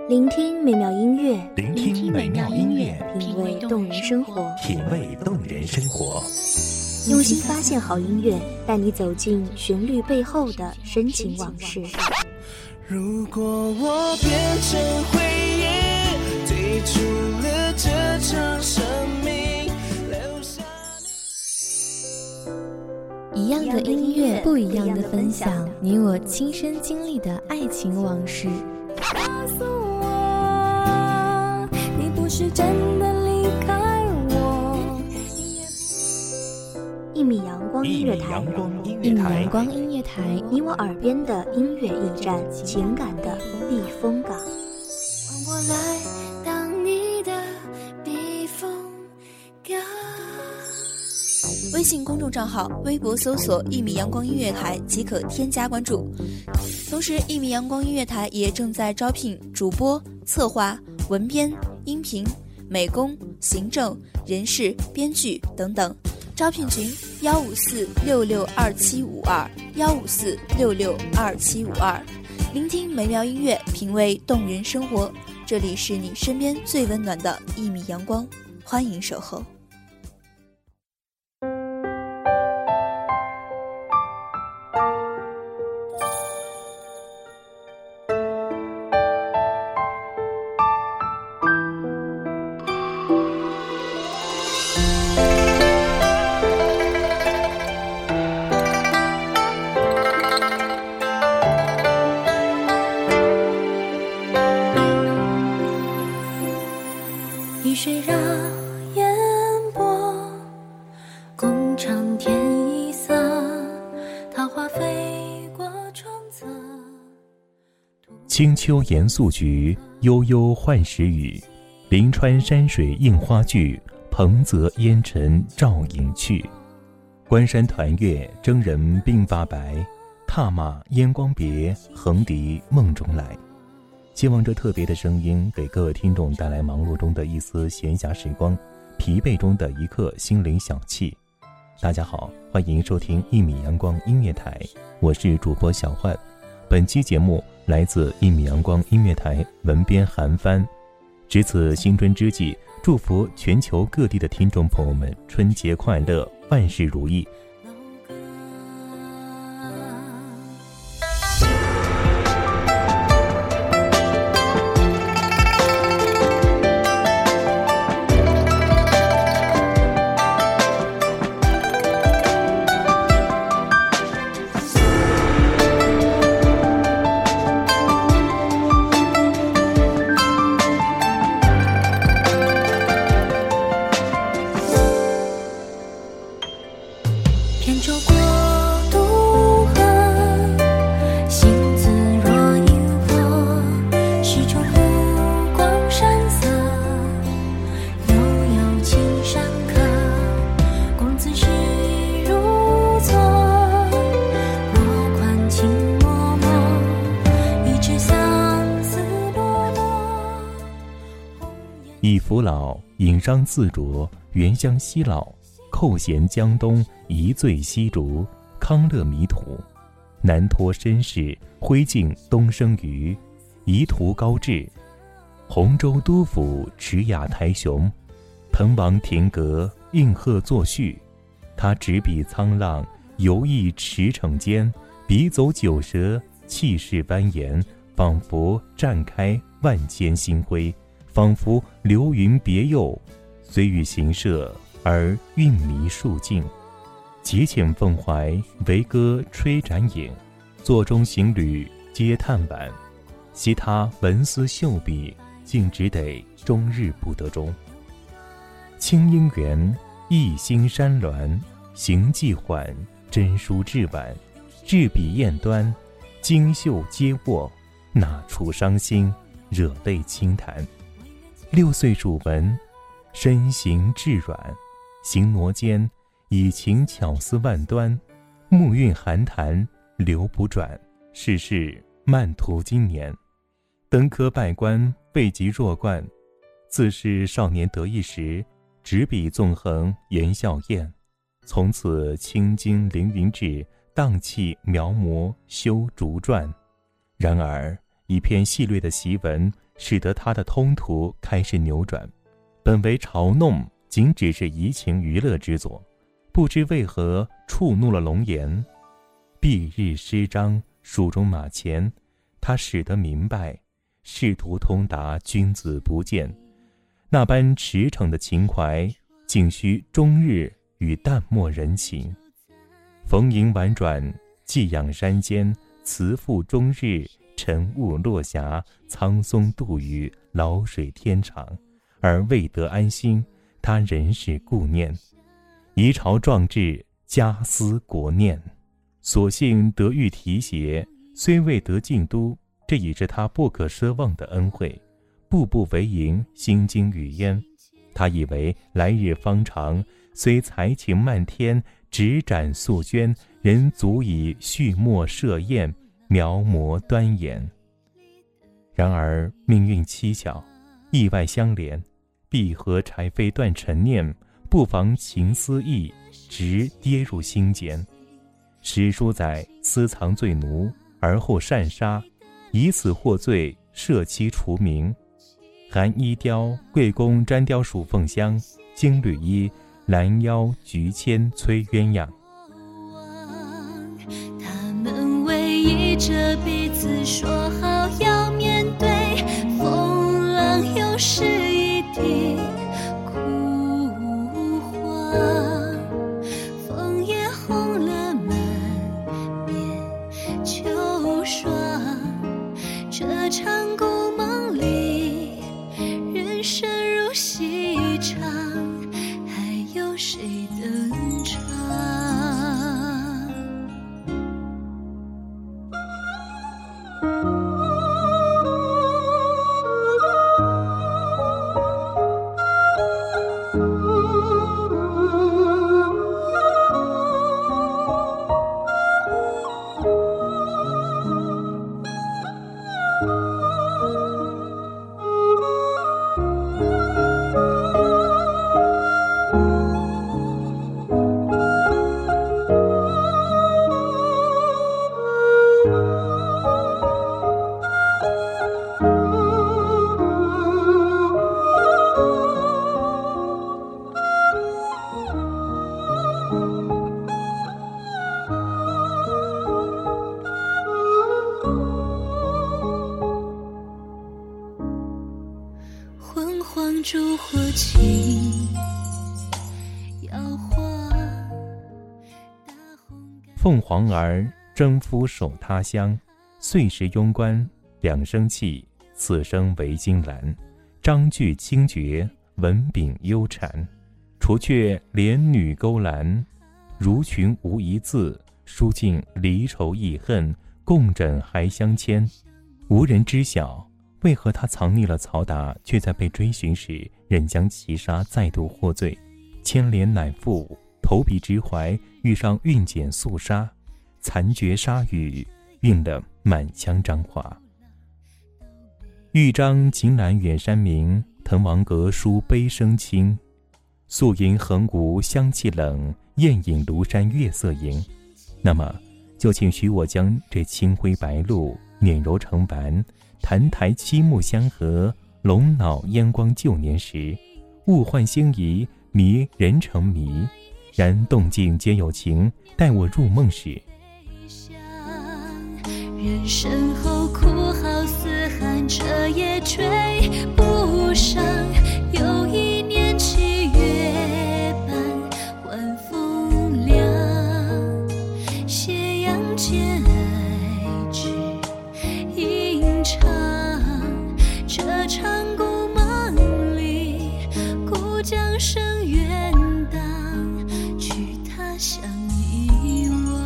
聆听美妙音乐， 品味动人生活， 用心发现好音乐，带你走进旋律背后的深情往事。 如果我变成回忆，退出了这场生命，留下一样的音乐，不一样的分享，你我亲身经历的爱情往事。 告诉我，你不是真的离开我。 一米阳光音乐台，你我耳边的音乐驿站，情感的避风港。 让我来当你的避风港。 微信公众账号、微博搜索“一米阳光音乐台”即可添加关注。同时，一米阳光音乐台也正在招聘主播、策划、文编、音频、美工、行政、人事、编剧等等。招聘群154662752，154662752。聆听美妙音乐，品味动人生活。这里是你身边最温暖的一米阳光，欢迎守候。 雨水绕烟波，共长天一色，桃花飞过窗侧。 清秋严肃菊，悠悠换时雨。临川山水映花剧，蓬泽烟尘照影去。关山团月，征人鬓发白。踏马烟光别，横笛梦中来。希望这特别的声音给各位听众带来忙碌中的一丝闲暇时光，疲惫中的一刻心灵小憩。大家好，欢迎收听一米阳光音乐台，我是主播小焕。本期节目来自一米阳光音乐台，文编韩帆。值此新春之际，祝福全球各地的听众朋友们春节快乐，万事如意。 扁舟过渡河，星子若萤火，石中湖光山色，悠悠青山客。公子时如昨，若宽情脉脉，一纸相思落落。 以扶老，引商自酌，原乡西老。扣弦江东，一醉西竹，康乐迷途。南托绅士，徽敬东生余。夷途高致，洪州都府池雅台雄。滕王亭阁，应和作序。他执笔沧浪，游弋驰骋间。笔走九蛇，气势蜿蜒，仿佛绽开万千星辉，仿佛流云别佑，虽遇行舍而韵迷数尽。节遣奉怀，为歌吹展影。座中行旅皆叹惋，惜他文思秀笔，竟只得终日不得终。清音园，一心山峦，行迹缓，真书至晚。执笔砚端，精秀皆握，哪处伤心，惹泪轻弹。6岁蜀文，身形至软。行挪间，以情巧思万端。目韵含潭，流不转。世事漫途今年。登科拜官，未及弱冠。自是少年得意时，执笔纵横言笑靥。从此青筋凌云志，荡气描摹修竹传。然而一篇细略的檄文，使得他的通途开始扭转。本为嘲弄，仅只是怡情娱乐之作，不知为何触怒了龙颜。蔽日诗章，蜀中马前，他使得明白，仕途通达，君子不见。那般驰骋的情怀，竟需终日与淡漠人情。逢迎婉转，寄养山间，慈父终日，晨雾落霞，苍松渡雨，老水天长。而未得安心，他仍是顾念。遗朝壮志，家思国念。所幸得遇提携，虽未得进都，这已是他不可奢望的恩惠。步步为营，心惊语焉。他以为来日方长，虽才情漫天，执盏素绢，人足以续墨设宴，描摹端严。然而命运蹊跷，意外相连，碧荷柴扉断陈念，不妨情思意，直跌入心间。史书载私藏罪奴，而后擅杀，以此获罪，赦其除名。寒衣雕，贵宫粘雕蜀凤香，金缕衣，拦腰菊签催鸳鸯。 他们唯一着彼此说好要面对，风浪又是一地枯黄，枫叶红了满面秋霜。这场故梦里，人生如戏场，还有谁登场？昏黄烛火轻摇晃， 凤凰儿征夫守他乡，岁时庸官两声气，此生为金兰。章句清绝，文秉幽蝉。除却连女勾栏，如群无一字，书尽离愁忆恨，共枕还相牵。无人知晓，为何他藏匿了曹达，却在被追寻时仍将其杀，再度获罪。牵连乃复，投笔之怀，遇上运剪肃杀，残绝沙雨，运了满腔章华。豫章秦岚远山明，滕王阁书悲声轻。素银横无香气冷，宴饮庐山月色盈。那么就请许我将这青灰白露捻揉成丸，弹台七目相合，龙脑烟光旧年时。物换星移，迷人成迷，然动静皆有情，待我入梦时。 人身后哭号嘶喊，彻夜追不上。又一年七月半，晚风凉，斜阳间爱只吟唱。这场故梦里，故将声远荡，去他乡遗忘。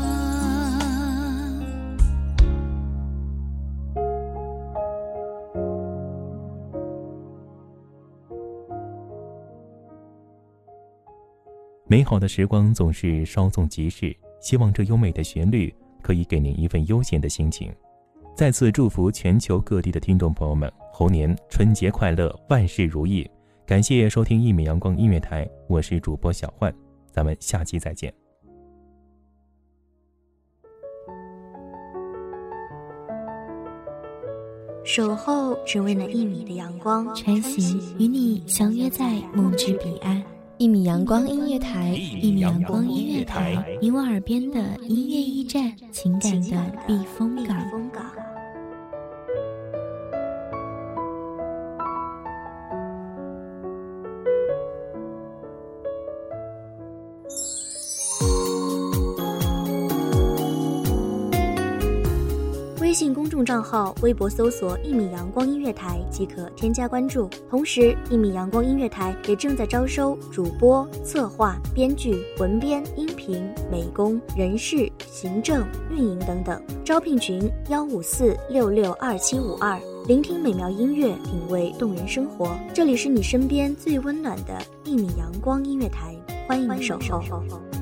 美好的时光总是稍纵即逝，希望这优美的旋律可以给您一份悠闲的心情。再次祝福全球各地的听众朋友们猴年春节快乐，万事如意。感谢收听一米阳光音乐台，我是主播小焕，咱们下期再见。 守候只为那1米的阳光， 穿行与你相约在梦之彼岸。1米阳光音乐台，1米阳光音乐台，你我耳边的音乐驿站，情感的避风港。 微信公众账号、微博搜索1米阳光音乐台即可添加关注。同时，1米阳光音乐台也正在招收主播、策划、编剧、文编、音频、美工、人事、行政、运营等等。招聘群154662752。聆听美妙音乐，品味动人生活。这里是你身边最温暖的1米阳光音乐台，欢迎你守候。